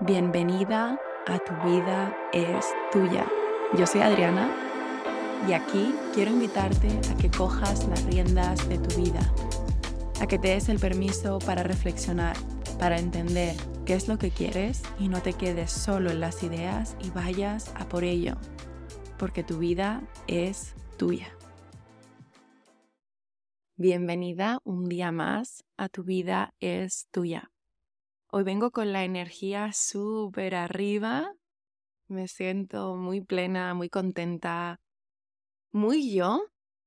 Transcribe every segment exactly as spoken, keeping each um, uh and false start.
Bienvenida a Tu vida es tuya. Yo soy Adriana y aquí quiero invitarte a que cojas las riendas de tu vida, a que te des el permiso para reflexionar, para entender qué es lo que quieres y no te quedes solo en las ideas y vayas a por ello, porque tu vida es tuya. Bienvenida un día más a Tu vida es tuya. Hoy vengo con la energía súper arriba, me siento muy plena, muy contenta, muy yo.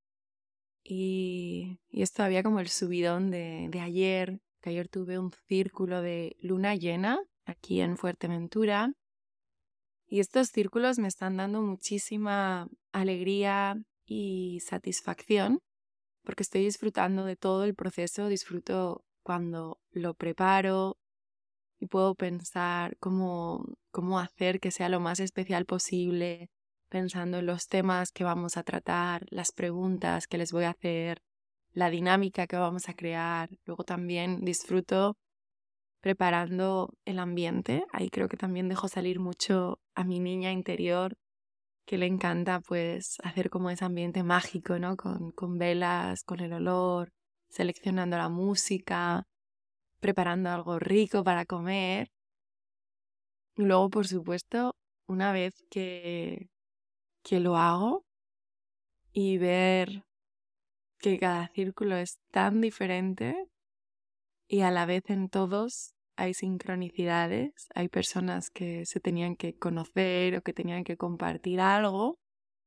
Y, y es todavía como el subidón de, de ayer, que ayer tuve un círculo de luna llena aquí en Fuerteventura. Y estos círculos me están dando muchísima alegría y satisfacción, porque estoy disfrutando de todo el proceso, disfruto cuando lo preparo, y puedo pensar cómo, cómo hacer que sea lo más especial posible, pensando en los temas que vamos a tratar, las preguntas que les voy a hacer, la dinámica que vamos a crear. Luego también disfruto preparando el ambiente. Ahí creo que también dejo salir mucho a mi niña interior, que le encanta pues hacer como ese ambiente mágico, ¿no? Con, con velas, con el olor, seleccionando la música, preparando algo rico para comer. Y luego, por supuesto, una vez que, que lo hago y ver que cada círculo es tan diferente y a la vez en todos hay sincronicidades, hay personas que se tenían que conocer o que tenían que compartir algo.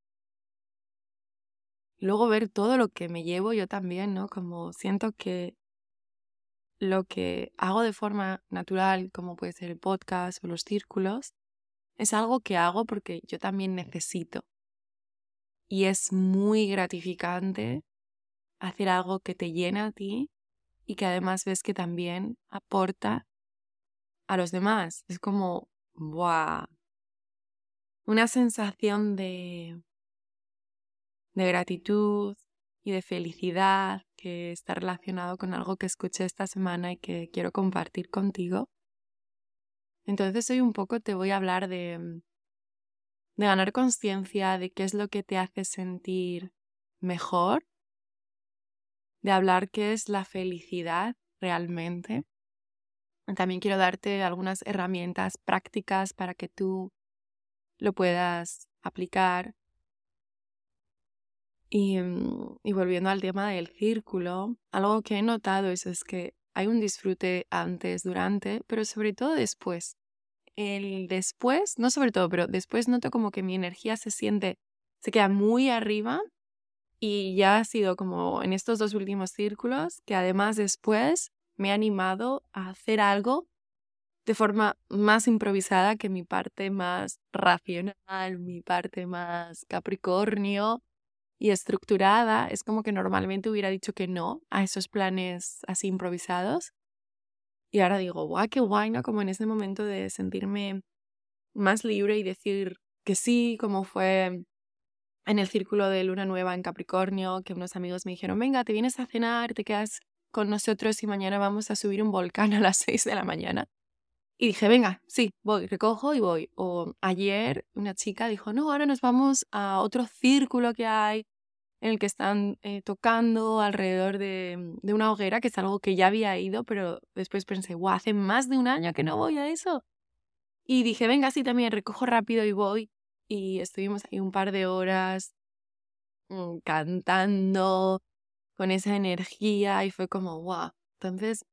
Y luego ver todo lo que me llevo yo también, ¿no? Como siento que lo que hago de forma natural, como puede ser el podcast o los círculos, es algo que hago porque yo también necesito. Y es muy gratificante hacer algo que te llena a ti y que además ves que también aporta a los demás. Es como, ¡buah! Una sensación de, de gratitud y de felicidad que está relacionado con algo que escuché esta semana y que quiero compartir contigo. Entonces hoy un poco te voy a hablar de, de ganar conciencia de qué es lo que te hace sentir mejor, de hablar qué es la felicidad realmente. También quiero darte algunas herramientas prácticas para que tú lo puedas aplicar. Y, y volviendo al tema del círculo, algo que he notado es, es que hay un disfrute antes, durante, pero sobre todo después. El después, no sobre todo, pero después noto como que mi energía se siente, se queda muy arriba. Y ya ha sido como en estos dos últimos círculos que además después me he animado a hacer algo de forma más improvisada que mi parte más racional, mi parte más Capricornio y estructurada. Es como que normalmente hubiera dicho que no a esos planes así improvisados. Y ahora digo, guau, qué guay, ¿no? Como en ese momento de sentirme más libre y decir que sí, como fue en el círculo de luna nueva en Capricornio, que unos amigos me dijeron, venga, te vienes a cenar, te quedas con nosotros y mañana vamos a subir un volcán a las seis de la mañana. Y dije, venga, sí, voy, recojo y voy. O ayer una chica dijo, no, ahora nos vamos a otro círculo que hay en el que están eh, tocando alrededor de, de una hoguera, que es algo que ya había ido, pero después pensé, guau, hace más de un año que no voy a eso. Y dije, venga, sí, también recojo rápido y voy. Y estuvimos ahí un par de horas mm, cantando con esa energía y fue como, guau. Entonces,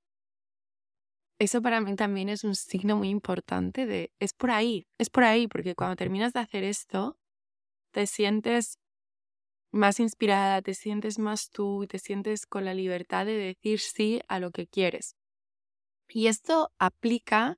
eso para mí también es un signo muy importante de, es por ahí, es por ahí, porque cuando terminas de hacer esto, te sientes más inspirada, te sientes más tú, te sientes con la libertad de decir sí a lo que quieres. Y esto aplica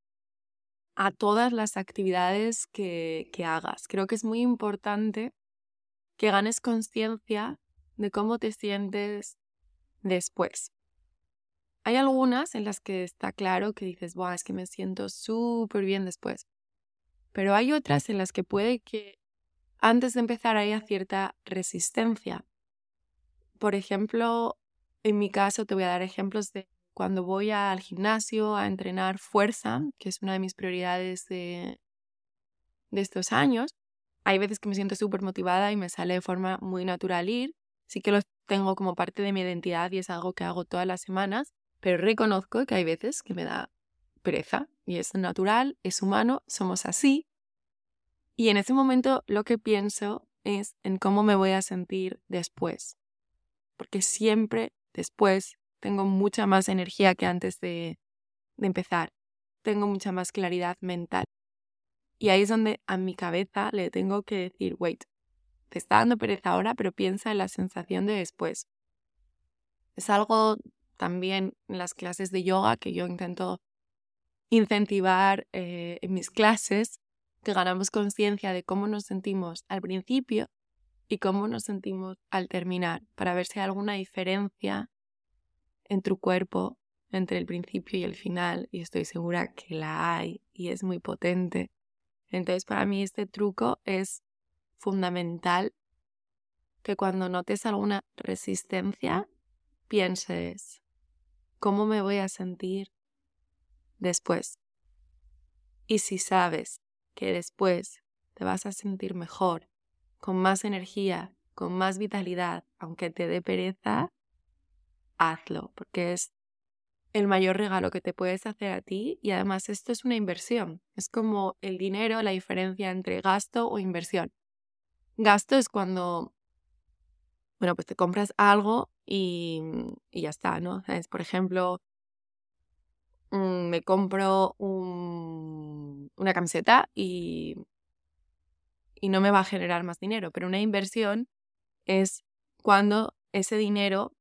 a todas las actividades que, que hagas. Creo que es muy importante que ganes conciencia de cómo te sientes después. Hay algunas en las que está claro que dices, buah, es que me siento súper bien después. Pero hay otras en las que puede que antes de empezar haya cierta resistencia. Por ejemplo, en mi caso te voy a dar ejemplos de cuando voy al gimnasio a entrenar fuerza, que es una de mis prioridades de, de estos años, hay veces que me siento súper motivada y me sale de forma muy natural ir. Sí que lo tengo como parte de mi identidad y es algo que hago todas las semanas, pero reconozco que hay veces que me da pereza y es natural, es humano, somos así. Y en ese momento lo que pienso es en cómo me voy a sentir después, porque siempre después tengo mucha más energía que antes de, de empezar, tengo mucha más claridad mental. Y ahí es donde a mi cabeza le tengo que decir, wait, te está dando pereza ahora, pero piensa en la sensación de después. Es algo también en las clases de yoga que yo intento incentivar eh, en mis clases, que ganamos conciencia de cómo nos sentimos al principio y cómo nos sentimos al terminar, para ver si hay alguna diferencia en tu cuerpo entre el principio y el final, y estoy segura que la hay y es muy potente. Entonces, para mí este truco es fundamental, que cuando notes alguna resistencia, pienses, ¿cómo me voy a sentir después? Y si sabes que después te vas a sentir mejor, con más energía, con más vitalidad, aunque te dé pereza, hazlo, porque es el mayor regalo que te puedes hacer a ti y además esto es una inversión. Es como el dinero, la diferencia entre gasto o inversión. Gasto es cuando, bueno, pues te compras algo y, y ya está, ¿no? Es, por ejemplo, mm, me compro un, una camiseta y, y no me va a generar más dinero, pero una inversión es cuando ese dinero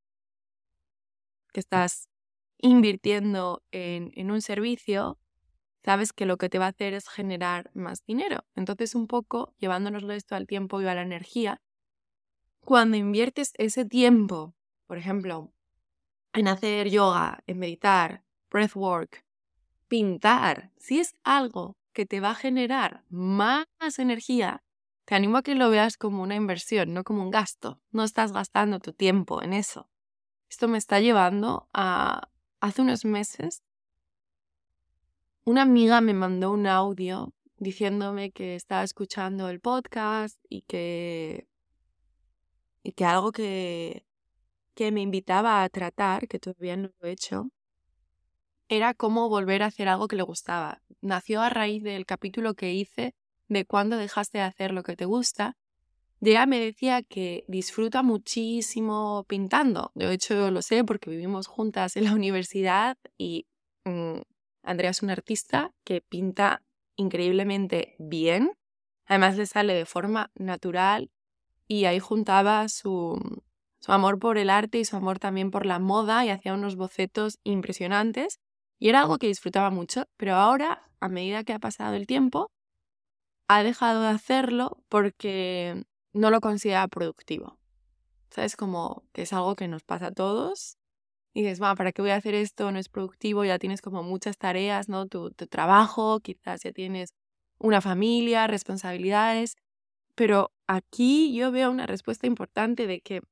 que estás invirtiendo en, en un servicio, sabes que lo que te va a hacer es generar más dinero. Entonces, un poco, llevándonoslo esto al tiempo y a la energía, cuando inviertes ese tiempo, por ejemplo, en hacer yoga, en meditar, breathwork, pintar, si es algo que te va a generar más energía, te animo a que lo veas como una inversión, no como un gasto. No estás gastando tu tiempo en eso. Esto me está llevando a... Hace unos meses, una amiga me mandó un audio diciéndome que estaba escuchando el podcast y que, y que algo que, que me invitaba a tratar, que todavía no lo he hecho, era cómo volver a hacer algo que le gustaba. Nació a raíz del capítulo que hice de cuándo dejaste de hacer lo que te gusta. Y ella me decía que disfruta muchísimo pintando. De hecho, yo lo sé porque vivimos juntas en la universidad y mmm, Andrea es una artista que pinta increíblemente bien. Además le sale de forma natural y ahí juntaba su, su amor por el arte y su amor también por la moda y hacía unos bocetos impresionantes. Y era algo que disfrutaba mucho, pero ahora, a medida que ha pasado el tiempo, ha dejado de hacerlo porque no lo considera productivo. ¿Sabes? Como que es algo que nos pasa a todos. Y dices, va, ¿para qué voy a hacer esto? No es productivo, ya tienes como muchas tareas, ¿no? Tu, tu trabajo, quizás ya tienes una familia, responsabilidades. Pero aquí yo veo una respuesta importante de que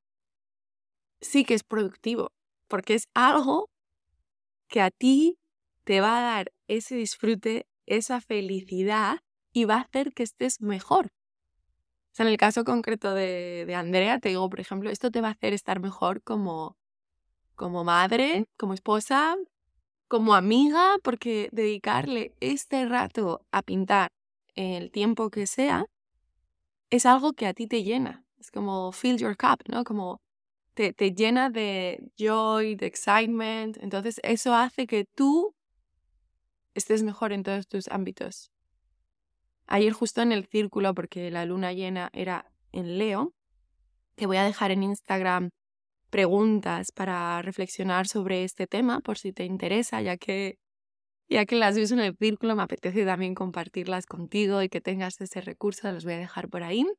sí que es productivo, porque es algo que a ti te va a dar ese disfrute, esa felicidad y va a hacer que estés mejor. O sea, en el caso concreto de, de Andrea, te digo, por ejemplo, esto te va a hacer estar mejor como, como madre, como esposa, como amiga, porque dedicarle este rato a pintar el tiempo que sea es algo que a ti te llena. Es como fill your cup, ¿no? Como te, te llena de joy, de excitement. Entonces eso hace que tú estés mejor en todos tus ámbitos. Ayer justo en el círculo, porque la luna llena era en Leo, te voy a dejar en Instagram preguntas para reflexionar sobre este tema, por si te interesa, ya que, ya que las ves en el círculo, me apetece también compartirlas contigo y que tengas ese recurso, los voy a dejar por ahí.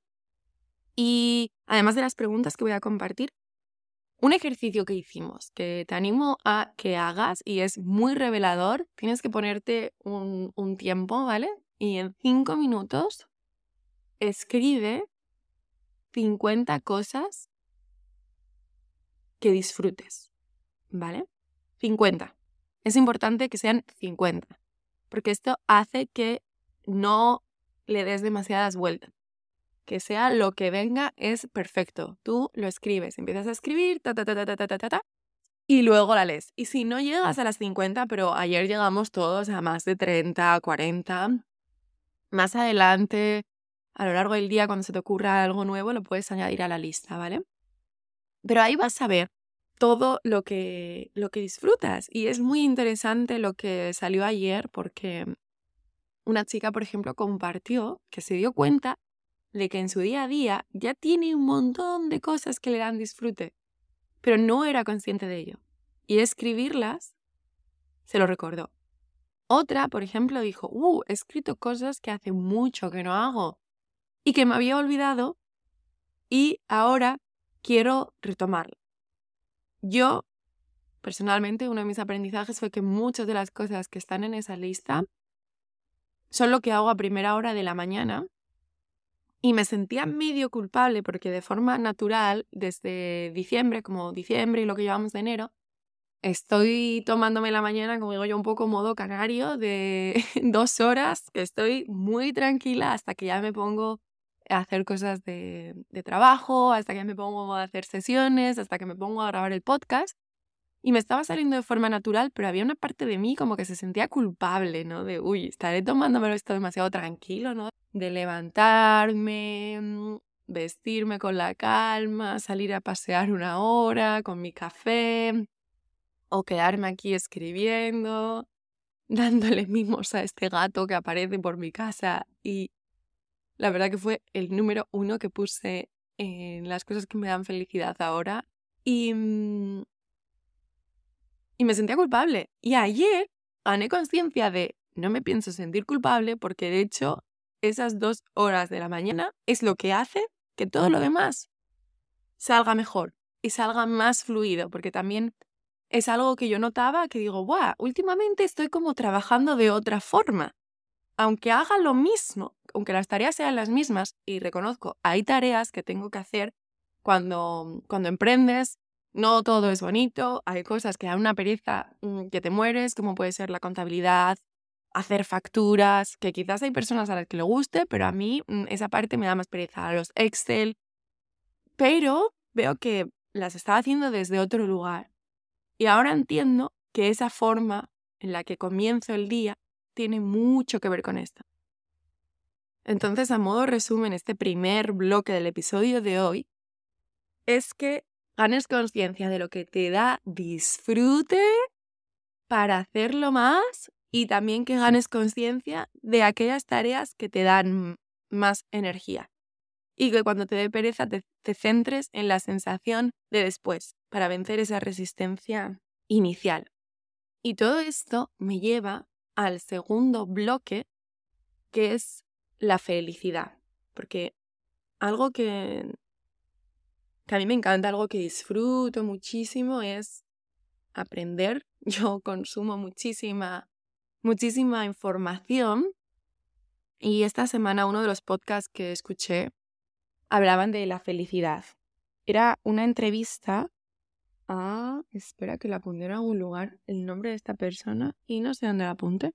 Y además de las preguntas que voy a compartir, un ejercicio que hicimos, que te animo a que hagas y es muy revelador, tienes que ponerte un, un tiempo, ¿vale? Y en cinco minutos escribe cincuenta cosas que disfrutes, ¿vale? cincuenta. es importante que sean cincuenta, porque esto hace que no le des demasiadas vueltas. Que sea lo que venga es perfecto. Tú lo escribes, empiezas a escribir, ta, ta, ta, ta, ta, ta, ta, ta, y luego la lees. Y si no llegas a las cincuenta, pero ayer llegamos todos a más de treinta, cuarenta, más adelante, a lo largo del día, cuando se te ocurra algo nuevo, lo puedes añadir a la lista, ¿vale? Pero ahí vas a ver todo lo que, lo que disfrutas. Y es muy interesante lo que salió ayer porque una chica, por ejemplo, compartió que se dio cuenta de que en su día a día ya tiene un montón de cosas que le dan disfrute, pero no era consciente de ello. Y escribirlas se lo recordó. Otra, por ejemplo, dijo, uh, he escrito cosas que hace mucho que no hago y que me había olvidado y ahora quiero retomarlo. Yo, personalmente, uno de mis aprendizajes fue que muchas de las cosas que están en esa lista son lo que hago a primera hora de la mañana. Y me sentía medio culpable porque de forma natural, desde diciembre, como diciembre y lo que llevamos de enero, estoy tomándome la mañana, como digo yo, un poco modo canario de dos horas, que estoy muy tranquila hasta que ya me pongo a hacer cosas de, de trabajo, hasta que ya me pongo a hacer sesiones, hasta que me pongo a grabar el podcast. Y me estaba saliendo de forma natural, pero había una parte de mí como que se sentía culpable, ¿no? De, uy, estaré tomándomelo esto demasiado tranquilo, ¿no? De levantarme, vestirme con la calma, salir a pasear una hora con mi café, o quedarme aquí escribiendo, dándole mimos a este gato que aparece por mi casa. Y la verdad que fue el número uno que puse en las cosas que me dan felicidad ahora. Y... Y me sentía culpable. Y ayer gané conciencia de no me pienso sentir culpable porque de hecho esas dos horas de la mañana es lo que hace que todo lo demás salga mejor y salga más fluido. Porque también es algo que yo notaba que digo, ¡buah! Últimamente estoy como trabajando de otra forma. Aunque haga lo mismo, aunque las tareas sean las mismas, y reconozco, hay tareas que tengo que hacer cuando, cuando emprendes. No todo es bonito, hay cosas que dan una pereza que te mueres, como puede ser la contabilidad, hacer facturas, que quizás hay personas a las que le guste, pero a mí esa parte me da más pereza, los Excel. Pero veo que las estaba haciendo desde otro lugar. Y ahora entiendo que esa forma en la que comienzo el día tiene mucho que ver con esto. Entonces, a modo resumen, este primer bloque del episodio de hoy es que ganes conciencia de lo que te da disfrute para hacerlo más y también que ganes conciencia de aquellas tareas que te dan más energía. Y que cuando te dé pereza te, te centres en la sensación de después para vencer esa resistencia inicial. Y todo esto me lleva al segundo bloque, que es la felicidad. Porque algo que... que a mí me encanta, algo que disfruto muchísimo es aprender. Yo consumo muchísima, muchísima información y esta semana uno de los podcasts que escuché hablaban de la felicidad. Era una entrevista a... Espera que la apunte en algún lugar, el nombre de esta persona y no sé dónde la apunte.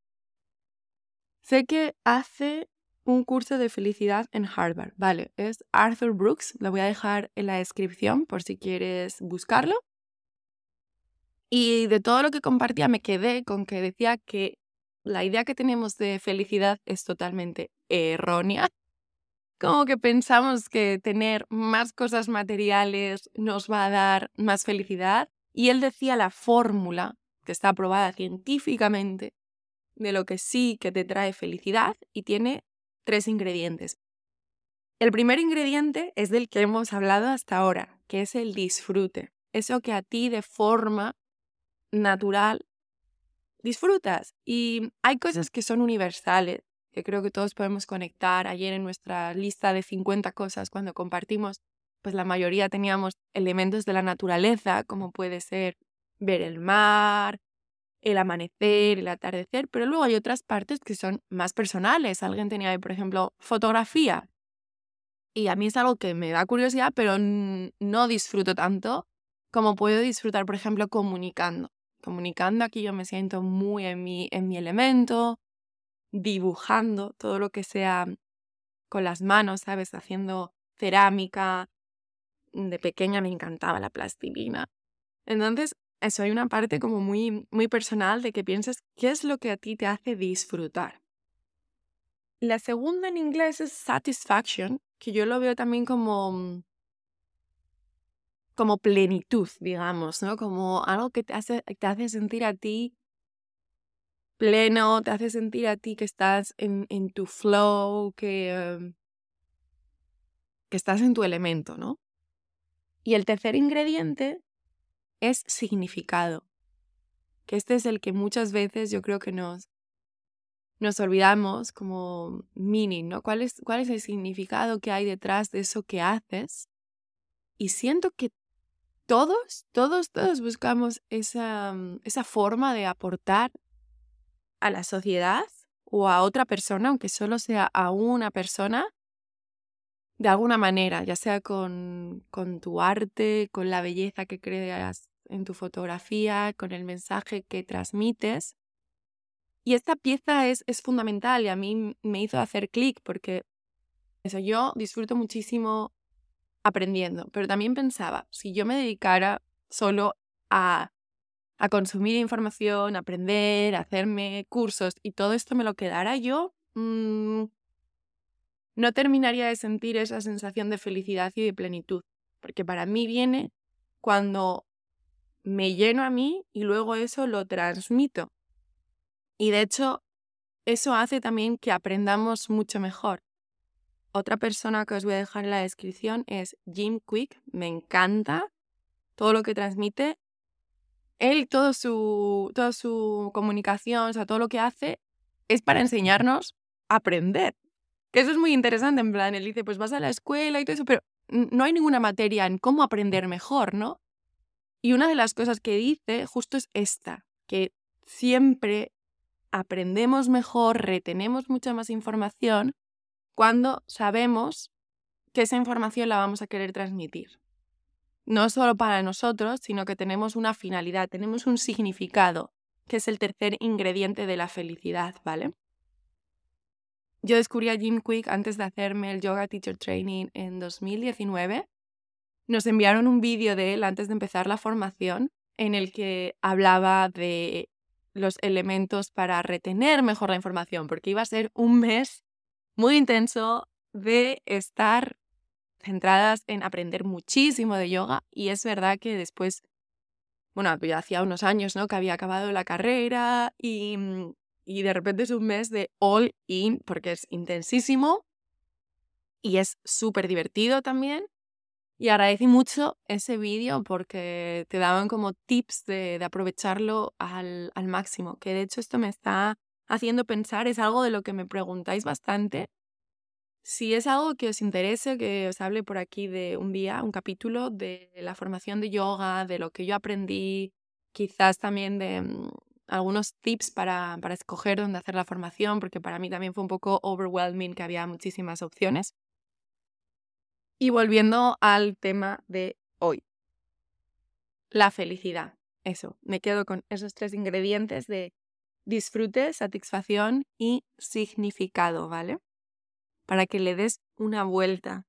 Sé que hace un curso de felicidad en Harvard. Vale, es Arthur Brooks. Lo voy a dejar en la descripción por si quieres buscarlo. Y de todo lo que compartía me quedé con que decía que la idea que tenemos de felicidad es totalmente errónea. Como que pensamos que tener más cosas materiales nos va a dar más felicidad. Y él decía la fórmula, que está aprobada científicamente, de lo que sí que te trae felicidad y tiene tres ingredientes. El primer ingrediente es del que hemos hablado hasta ahora, que es el disfrute. Eso que a ti de forma natural disfrutas. Y hay cosas que son universales, que creo que todos podemos conectar. Ayer en nuestra lista de cincuenta cosas, cuando compartimos, pues la mayoría teníamos elementos de la naturaleza, como puede ser ver el mar, el amanecer, el atardecer, pero luego hay otras partes que son más personales. Alguien tenía ahí, por ejemplo, fotografía. Y a mí es algo que me da curiosidad, pero no disfruto tanto como puedo disfrutar, por ejemplo, comunicando. comunicando aquí yo me siento muy en mi, en mi elemento, dibujando todo lo que sea con las manos, ¿sabes? Haciendo cerámica. De pequeña me encantaba la plastilina. Entonces, eso, hay una parte como muy, muy personal de que pienses qué es lo que a ti te hace disfrutar. La segunda en inglés es satisfaction, que yo lo veo también como, como plenitud, digamos, ¿no? Como algo que te hace, te hace sentir a ti pleno, te hace sentir a ti que estás en, en tu flow, que, um, que estás en tu elemento, ¿no? Y el tercer ingrediente es significado, que este es el que muchas veces yo creo que nos, nos olvidamos como meaning, ¿no? ¿Cuál es, cuál es el significado que hay detrás de eso que haces? Y siento que todos, todos, todos buscamos esa, esa forma de aportar a la sociedad o a otra persona, aunque solo sea a una persona, de alguna manera, ya sea con, con tu arte, con la belleza que creas en tu fotografía, con el mensaje que transmites. Y esta pieza es, es fundamental y a mí me hizo hacer clic porque eso, yo disfruto muchísimo aprendiendo, pero también pensaba, si yo me dedicara solo a, a consumir información, aprender, hacerme cursos y todo esto me lo quedara yo, mmm, no terminaría de sentir esa sensación de felicidad y de plenitud, porque para mí viene cuando me lleno a mí y luego eso lo transmito. Y de hecho, eso hace también que aprendamos mucho mejor. Otra persona que os voy a dejar en la descripción es Jim Kwik. Me encanta todo lo que transmite. Él, todo su, toda su comunicación, o sea, todo lo que hace es para enseñarnos a aprender. Que eso es muy interesante, en plan, él dice, pues vas a la escuela y todo eso, pero no hay ninguna materia en cómo aprender mejor, ¿no? Y una de las cosas que dice justo es esta, que siempre aprendemos mejor, retenemos mucha más información cuando sabemos que esa información la vamos a querer transmitir. No solo para nosotros, sino que tenemos una finalidad, tenemos un significado, que es el tercer ingrediente de la felicidad, ¿vale? Yo descubrí a Jim Kwik antes de hacerme el Yoga Teacher Training en dos mil diecinueve. Nos enviaron un vídeo de él antes de empezar la formación en el que hablaba de los elementos para retener mejor la información, porque iba a ser un mes muy intenso de estar centradas en aprender muchísimo de yoga. Y es verdad que después, bueno, ya hacía unos años, ¿no?, que había acabado la carrera y, y de repente es un mes de all in porque es intensísimo y es súper divertido también. Y agradecí mucho ese vídeo porque te daban como tips de, de aprovecharlo al, al máximo, que de hecho esto me está haciendo pensar, es algo de lo que me preguntáis bastante. Si es algo que os interese, que os hable por aquí de un día, un capítulo de la formación de yoga, de lo que yo aprendí, quizás también de um, algunos tips para, para escoger dónde hacer la formación, porque para mí también fue un poco overwhelming que había muchísimas opciones. Y volviendo al tema de hoy, la felicidad. Eso, me quedo con esos tres ingredientes de disfrute, satisfacción y significado, ¿vale? Para que le des una vuelta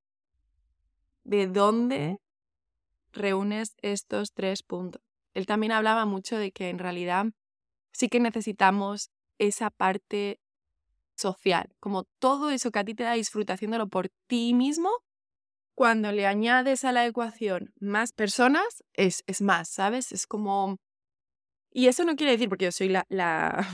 de dónde reúnes estos tres puntos. Él también hablaba mucho de que en realidad sí que necesitamos esa parte social, como todo eso que a ti te da disfruta haciéndolo por ti mismo. Cuando le añades a la ecuación más personas, es, es más, ¿sabes? Es como... Y eso no quiere decir, porque yo soy la, la,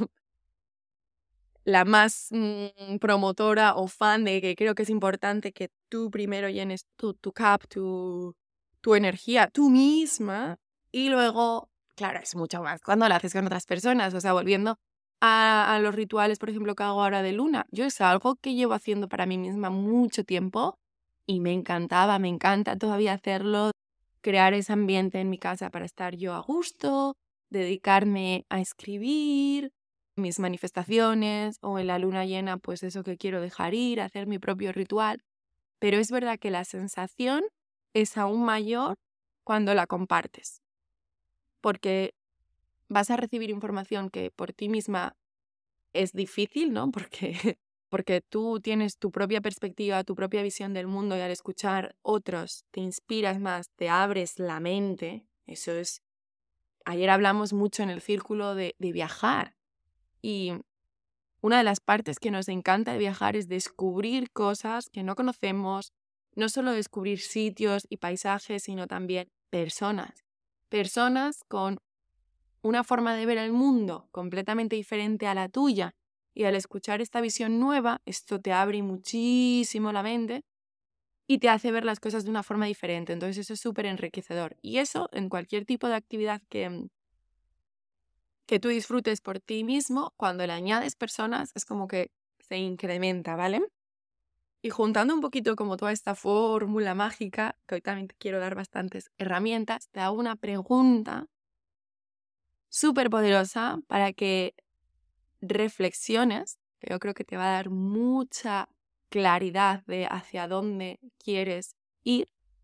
la más mmm, promotora o fan de que creo que es importante que tú primero llenes tu, tu cup, tu, tu energía, tú misma, y luego, claro, es mucho más cuando lo haces con otras personas. O sea, volviendo a, a los rituales, por ejemplo, que hago ahora de luna, yo es algo que llevo haciendo para mí misma mucho tiempo. Y me encantaba, me encanta todavía hacerlo, crear ese ambiente en mi casa para estar yo a gusto, dedicarme a escribir mis manifestaciones o en la luna llena, pues eso que quiero dejar ir, hacer mi propio ritual. Pero es verdad que la sensación es aún mayor cuando la compartes. Porque vas a recibir información que por ti misma es difícil, ¿no? Porque, porque tú tienes tu propia perspectiva, tu propia visión del mundo y al escuchar otros te inspiras más, te abres la mente. Eso es... Ayer hablamos mucho en el círculo de, de viajar y una de las partes que nos encanta de viajar es descubrir cosas que no conocemos, no solo descubrir sitios y paisajes, sino también personas. Personas con una forma de ver el mundo completamente diferente a la tuya. Y al escuchar esta visión nueva, esto te abre muchísimo la mente y te hace ver las cosas de una forma diferente. Entonces eso es súper enriquecedor. Y eso en cualquier tipo de actividad que, que tú disfrutes por ti mismo, cuando le añades personas, es como que se incrementa, ¿vale? Y juntando un poquito como toda esta fórmula mágica, que hoy también te quiero dar bastantes herramientas, te hago una pregunta súper poderosa para que reflexiones, que yo creo que te va a dar mucha claridad de hacia dónde quieres ir.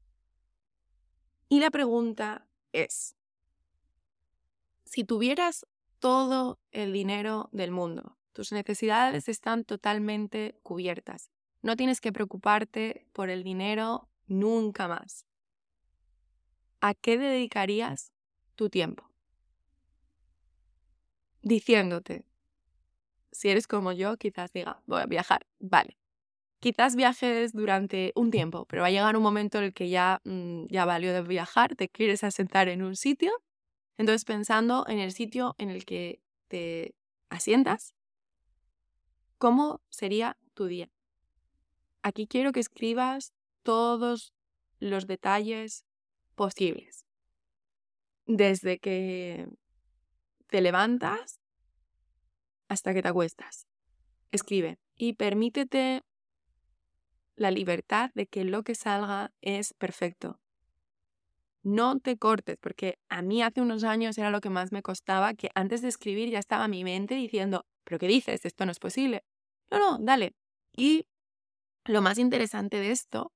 Y la pregunta es, si tuvieras todo el dinero del mundo, tus necesidades están totalmente cubiertas, no tienes que preocuparte por el dinero nunca más, ¿a qué dedicarías tu tiempo? Diciéndote, si eres como yo, quizás diga, voy a viajar, vale. Quizás viajes durante un tiempo, pero va a llegar un momento en el que ya, mmm, ya valió de viajar, te quieres asentar en un sitio. Entonces, pensando en el sitio en el que te asientas, ¿cómo sería tu día? Aquí quiero que escribas todos los detalles posibles. Desde que te levantas hasta que te acuestas. Escribe y permítete la libertad de que lo que salga es perfecto. No te cortes, porque a mí hace unos años era lo que más me costaba, que antes de escribir ya estaba mi mente diciendo, ¿pero qué dices? Esto no es posible. No, no, dale. Y lo más interesante de esto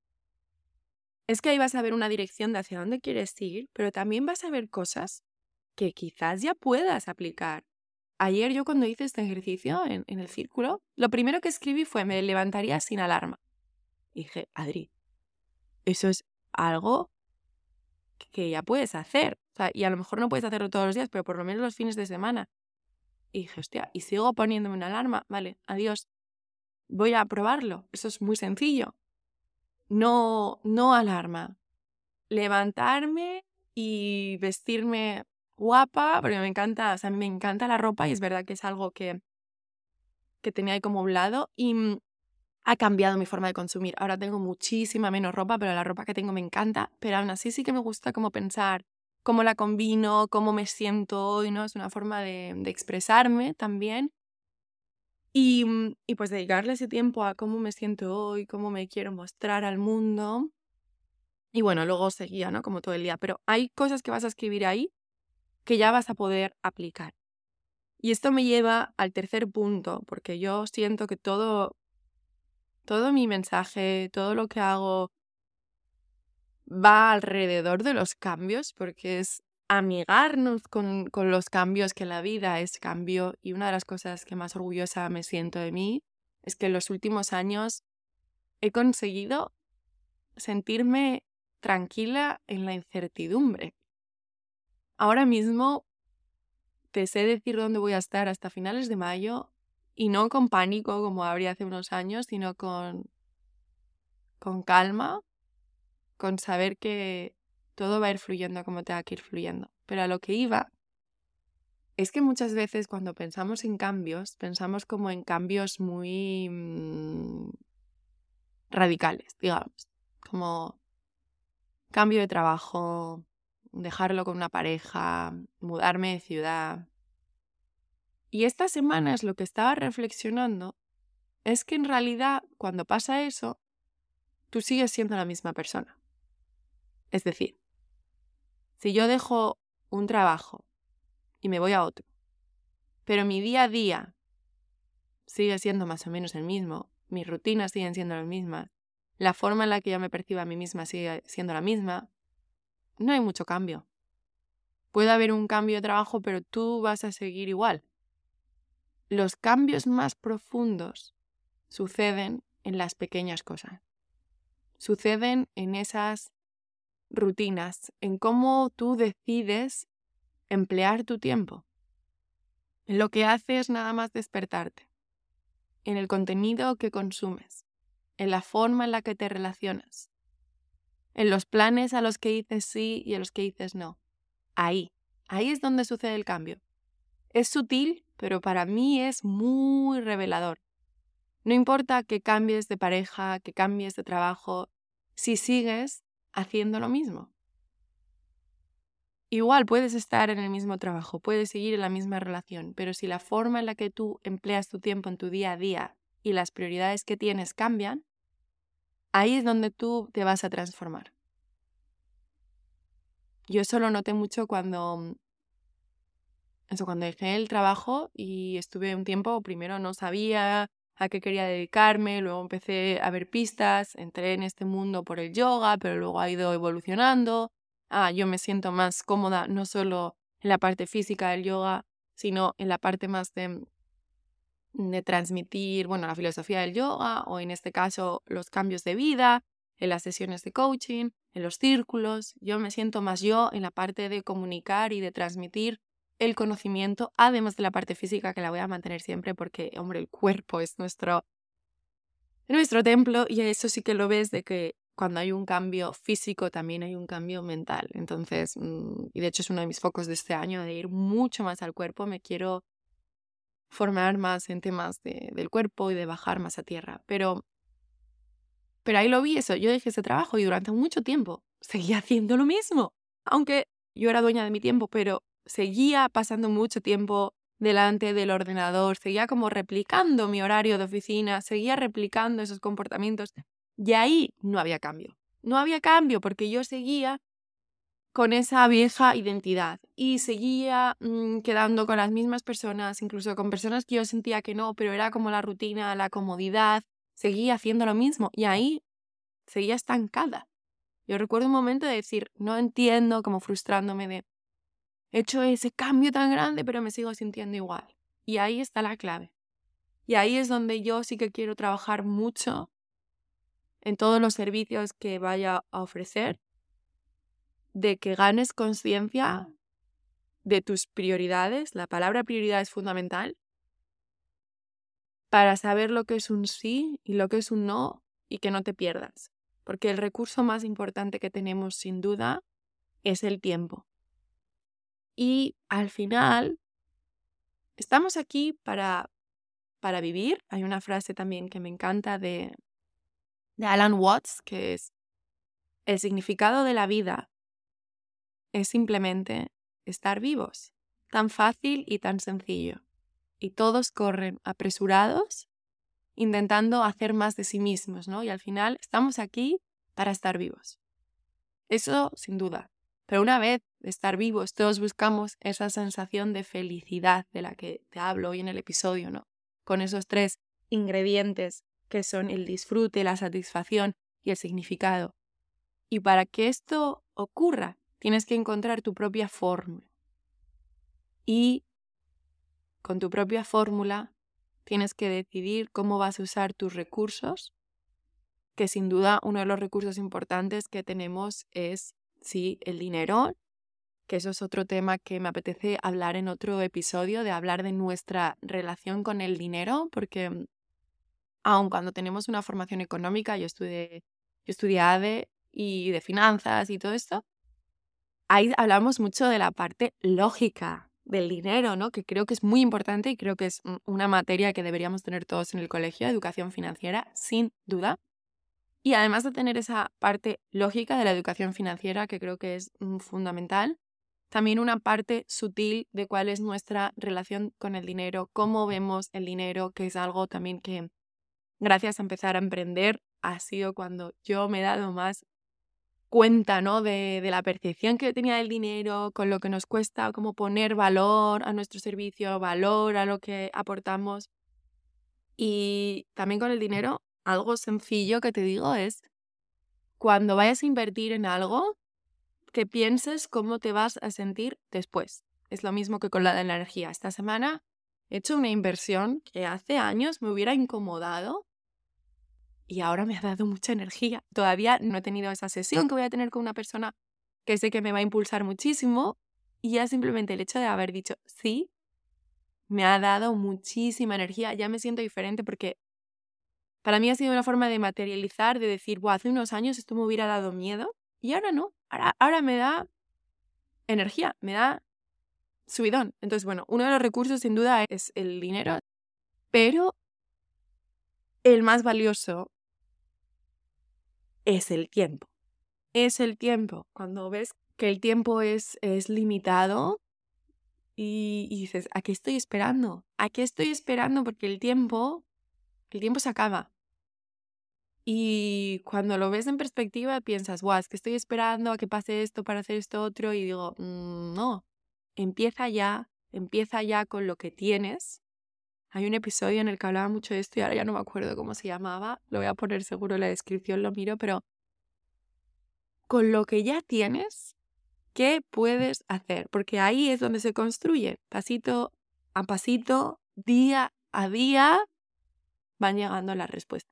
es que ahí vas a ver una dirección de hacia dónde quieres ir, pero también vas a ver cosas que quizás ya puedas aplicar. Ayer yo cuando hice este ejercicio en, en el círculo, lo primero que escribí fue me levantaría sin alarma. Y dije, Adri, eso es algo que ya puedes hacer. O sea, y a lo mejor no puedes hacerlo todos los días, pero por lo menos los fines de semana. Y dije, hostia, y sigo poniéndome una alarma. Vale, adiós. Voy a probarlo. Eso es muy sencillo. No, no alarma. Levantarme y vestirme guapa, porque me encanta, o sea, me encanta la ropa y es verdad que es algo que, que tenía ahí como a un lado y mm, ha cambiado mi forma de consumir. Ahora tengo muchísima menos ropa, pero la ropa que tengo me encanta, pero aún así sí que me gusta como pensar cómo la combino, cómo me siento hoy, ¿no? Es una forma de, de expresarme también. Y, mm, y pues dedicarle ese tiempo a cómo me siento hoy, cómo me quiero mostrar al mundo. Y bueno, luego seguía, ¿no? Como todo el día. Pero hay cosas que vas a escribir ahí que ya vas a poder aplicar. Y esto me lleva al tercer punto, porque yo siento que todo, todo mi mensaje, todo lo que hago va alrededor de los cambios, porque es amigarnos con, con los cambios, que la vida es cambio. Y una de las cosas que más orgullosa me siento de mí es que en los últimos años he conseguido sentirme tranquila en la incertidumbre. Ahora mismo te sé decir dónde voy a estar hasta finales de mayo y no con pánico como habría hace unos años, sino con, con calma, con saber que todo va a ir fluyendo como tenga que ir fluyendo. Pero a lo que iba es que muchas veces cuando pensamos en cambios, pensamos como en cambios muy mmm, radicales, digamos, como cambio de trabajo, dejarlo con una pareja, mudarme de ciudad. Y esta semana es lo que estaba reflexionando, es que en realidad cuando pasa eso, tú sigues siendo la misma persona. Es decir, si yo dejo un trabajo y me voy a otro, pero mi día a día sigue siendo más o menos el mismo, mis rutinas siguen siendo las mismas, la forma en la que yo me percibo a mí misma sigue siendo la misma, no hay mucho cambio. Puede haber un cambio de trabajo, pero tú vas a seguir igual. Los cambios más profundos suceden en las pequeñas cosas. Suceden en esas rutinas, en cómo tú decides emplear tu tiempo, en lo que haces nada más despertarte, en el contenido que consumes, en la forma en la que te relacionas, en los planes a los que dices sí y a los que dices no. Ahí, ahí es donde sucede el cambio. Es sutil, pero para mí es muy revelador. No importa que cambies de pareja, que cambies de trabajo, si sigues haciendo lo mismo. Igual puedes estar en el mismo trabajo, puedes seguir en la misma relación, pero si la forma en la que tú empleas tu tiempo en tu día a día y las prioridades que tienes cambian, ahí es donde tú te vas a transformar. Yo eso lo noté mucho cuando, eso, cuando dejé el trabajo y estuve un tiempo, primero no sabía a qué quería dedicarme, luego empecé a ver pistas, entré en este mundo por el yoga, pero luego ha ido evolucionando. Ah, yo me siento más cómoda no solo en la parte física del yoga, sino en la parte más de, de transmitir, bueno, la filosofía del yoga o en este caso los cambios de vida, en las sesiones de coaching, en los círculos. Yo me siento más yo en la parte de comunicar y de transmitir el conocimiento, además de la parte física que la voy a mantener siempre porque, hombre, el cuerpo es nuestro, nuestro templo y eso sí que lo ves de que cuando hay un cambio físico también hay un cambio mental. Entonces, mmm, y de hecho es uno de mis focos de este año, de ir mucho más al cuerpo. Me quiero formar más en temas de, del cuerpo y de bajar más a tierra. Pero, pero ahí lo vi eso. Yo dejé ese trabajo y durante mucho tiempo seguía haciendo lo mismo. Aunque yo era dueña de mi tiempo, pero seguía pasando mucho tiempo delante del ordenador, seguía como replicando mi horario de oficina, seguía replicando esos comportamientos. Y ahí no había cambio. No había cambio porque yo seguía con esa vieja identidad y seguía mmm, quedando con las mismas personas, incluso con personas que yo sentía que no, pero era como la rutina, la comodidad, seguía haciendo lo mismo y ahí seguía estancada. Yo recuerdo un momento de decir, no entiendo, como frustrándome de, he hecho ese cambio tan grande, pero me sigo sintiendo igual. Y ahí está la clave. Y ahí es donde yo sí que quiero trabajar mucho en todos los servicios que vaya a ofrecer, de que ganes conciencia de tus prioridades. La palabra prioridad es fundamental para saber lo que es un sí y lo que es un no y que no te pierdas. Porque el recurso más importante que tenemos sin duda es el tiempo. Y al final estamos aquí para, para vivir. Hay una frase también que me encanta de, de Alan Watts que es: el significado de la vida es simplemente estar vivos. Tan fácil y tan sencillo. Y todos corren apresurados intentando hacer más de sí mismos, ¿no? Y al final estamos aquí para estar vivos. Eso sin duda. Pero una vez de estar vivos, todos buscamos esa sensación de felicidad de la que te hablo hoy en el episodio, ¿no? Con esos tres ingredientes que son el disfrute, la satisfacción y el significado. Y para que esto ocurra, tienes que encontrar tu propia fórmula. Y con tu propia fórmula tienes que decidir cómo vas a usar tus recursos, que sin duda uno de los recursos importantes que tenemos es, sí, el dinero, que eso es otro tema que me apetece hablar en otro episodio, de hablar de nuestra relación con el dinero, porque aun cuando tenemos una formación económica, yo estudié, yo estudié A D E y de finanzas y todo esto, ahí hablamos mucho de la parte lógica del dinero, ¿no? Que creo que es muy importante y creo que es una materia que deberíamos tener todos en el colegio, educación financiera, sin duda. Y además de tener esa parte lógica de la educación financiera, que creo que es mm, fundamental, también una parte sutil de cuál es nuestra relación con el dinero, cómo vemos el dinero, que es algo también que, gracias a empezar a emprender, ha sido cuando yo me he dado más cuenta, ¿no? de, de la percepción que tenía del dinero, con lo que nos cuesta, cómo poner valor a nuestro servicio, valor a lo que aportamos. Y también con el dinero, algo sencillo que te digo es, cuando vayas a invertir en algo, que pienses cómo te vas a sentir después. Es lo mismo que con la de la energía. Esta semana he hecho una inversión que hace años me hubiera incomodado y ahora me ha dado mucha energía. Todavía no he tenido esa sesión que voy a tener con una persona que sé que me va a impulsar muchísimo y ya simplemente el hecho de haber dicho sí me ha dado muchísima energía. Ya me siento diferente porque para mí ha sido una forma de materializar, de decir, wow, hace unos años esto me hubiera dado miedo y ahora no. Ahora, ahora me da energía, me da subidón. Entonces, bueno, uno de los recursos sin duda es el dinero, pero el más valioso es el tiempo. Es el tiempo. Cuando ves que el tiempo es, es limitado y, y dices, ¿a qué estoy esperando? ¿A qué estoy esperando? Porque el tiempo, el tiempo se acaba. Y cuando lo ves en perspectiva piensas, guau, es que estoy esperando a que pase esto para hacer esto otro y digo, mmm, no, empieza ya, empieza ya con lo que tienes. Hay un episodio en el que hablaba mucho de esto y ahora ya no me acuerdo cómo se llamaba, lo voy a poner seguro en la descripción, lo miro, pero con lo que ya tienes, ¿qué puedes hacer? Porque ahí es donde se construye, pasito a pasito, día a día, van llegando las respuestas.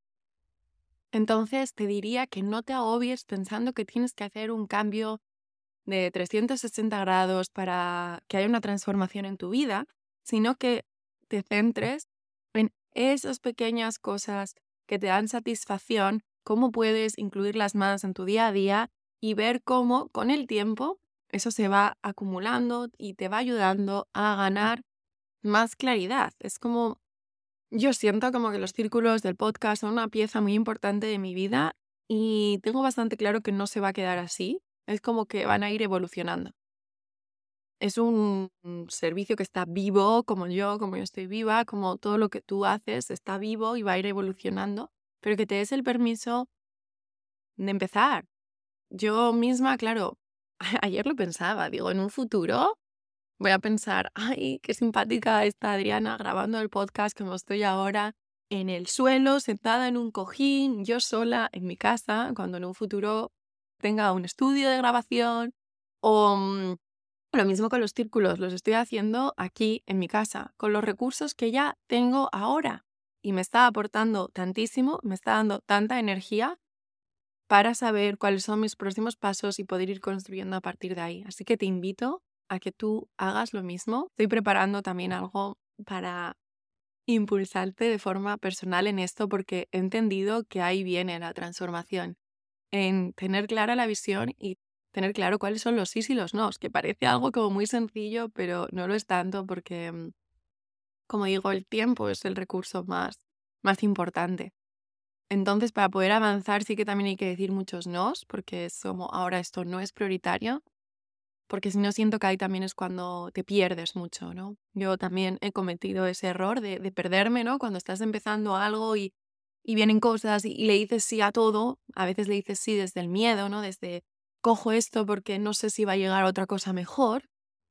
Entonces te diría que no te agobies pensando que tienes que hacer un cambio de trescientos sesenta grados para que haya una transformación en tu vida, sino que te centres en esas pequeñas cosas que te dan satisfacción, cómo puedes incluirlas más en tu día a día y ver cómo con el tiempo eso se va acumulando y te va ayudando a ganar más claridad. Es como yo siento como que los círculos del podcast son una pieza muy importante de mi vida y tengo bastante claro que no se va a quedar así. Es como que van a ir evolucionando. Es un servicio que está vivo, como yo, como yo estoy viva, como todo lo que tú haces está vivo y va a ir evolucionando, pero que te des el permiso de empezar. Yo misma, claro, ayer lo pensaba, digo, en un futuro voy a pensar, ay, qué simpática está Adriana grabando el podcast como estoy ahora en el suelo, sentada en un cojín, yo sola en mi casa, cuando en un futuro tenga un estudio de grabación o mm, lo mismo con los círculos, los estoy haciendo aquí en mi casa, con los recursos que ya tengo ahora y me está aportando tantísimo, me está dando tanta energía para saber cuáles son mis próximos pasos y poder ir construyendo a partir de ahí. Así que te invito a que tú hagas lo mismo. Estoy preparando también algo para impulsarte de forma personal en esto porque he entendido que ahí viene la transformación, en tener clara la visión y tener claro cuáles son los sís y los nos, que parece algo como muy sencillo, pero no lo es tanto porque, mm, como digo, el tiempo es el recurso más, más importante. Entonces, para poder avanzar sí que también hay que decir muchos nos, porque es como ahora esto no es prioritario, porque si no siento que ahí también es cuando te pierdes mucho, ¿no? Yo también he cometido ese error de, de perderme, ¿no? Cuando estás empezando algo y, y vienen cosas y, y le dices sí a todo, a veces le dices sí desde el miedo, ¿no? Desde cojo esto porque no sé si va a llegar otra cosa mejor.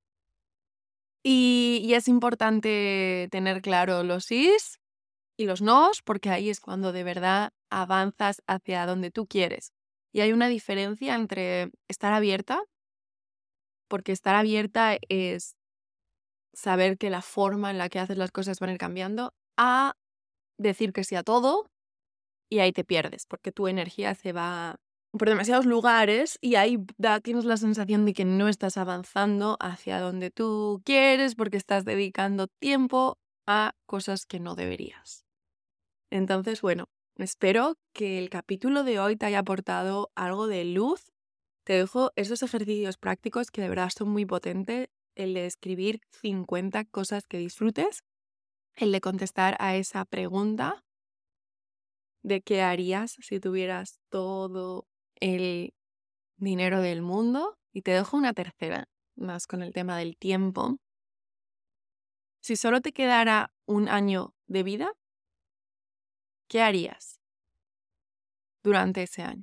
Y, y es importante tener claro los sís y los nos, porque ahí es cuando de verdad avanzas hacia donde tú quieres. Y hay una diferencia entre estar abierta, porque estar abierta es saber que la forma en la que haces las cosas van a ir cambiando, a decir que sí a todo y ahí te pierdes, porque tu energía se va por demasiados lugares y ahí da, tienes la sensación de que no estás avanzando hacia donde tú quieres porque estás dedicando tiempo a cosas que no deberías. Entonces, bueno, espero que el capítulo de hoy te haya aportado algo de luz. Te dejo esos ejercicios prácticos que de verdad son muy potentes. El de escribir cincuenta cosas que disfrutes. El de contestar a esa pregunta de qué harías si tuvieras todo el dinero del mundo. Y te dejo una tercera, más con el tema del tiempo. Si solo te quedara un año de vida, ¿qué harías durante ese año?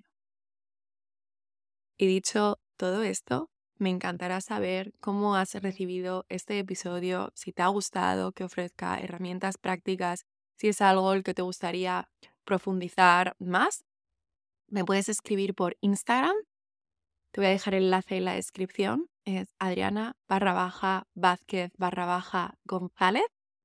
Y dicho todo esto, me encantará saber cómo has recibido este episodio, si te ha gustado, que ofrezca herramientas prácticas, si es algo el que te gustaría profundizar más. Me puedes escribir por Instagram. Te voy a dejar el enlace en la descripción. Es Adriana barra baja Vázquez barra baja González.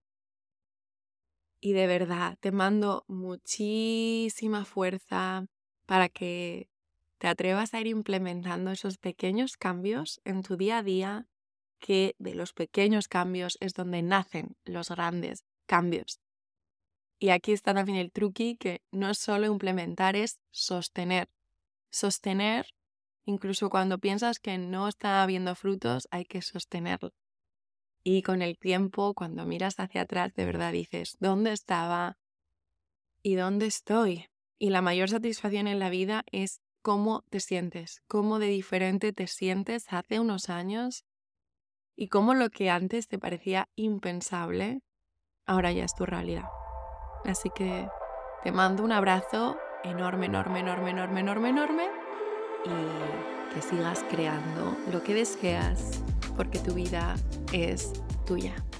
Y de verdad, te mando muchísima fuerza para que te atrevas a ir implementando esos pequeños cambios en tu día a día, que de los pequeños cambios es donde nacen los grandes cambios. Y aquí está también el truqui, que no es solo implementar, es sostener. Sostener, incluso cuando piensas que no está habiendo frutos, hay que sostenerlo. Y con el tiempo, cuando miras hacia atrás, de verdad dices, ¿dónde estaba y dónde estoy? Y la mayor satisfacción en la vida es cómo te sientes, cómo de diferente te sientes hace unos años y cómo lo que antes te parecía impensable, ahora ya es tu realidad. Así que te mando un abrazo enorme, enorme, enorme, enorme, enorme, enorme y que sigas creando lo que deseas, porque tu vida es tuya.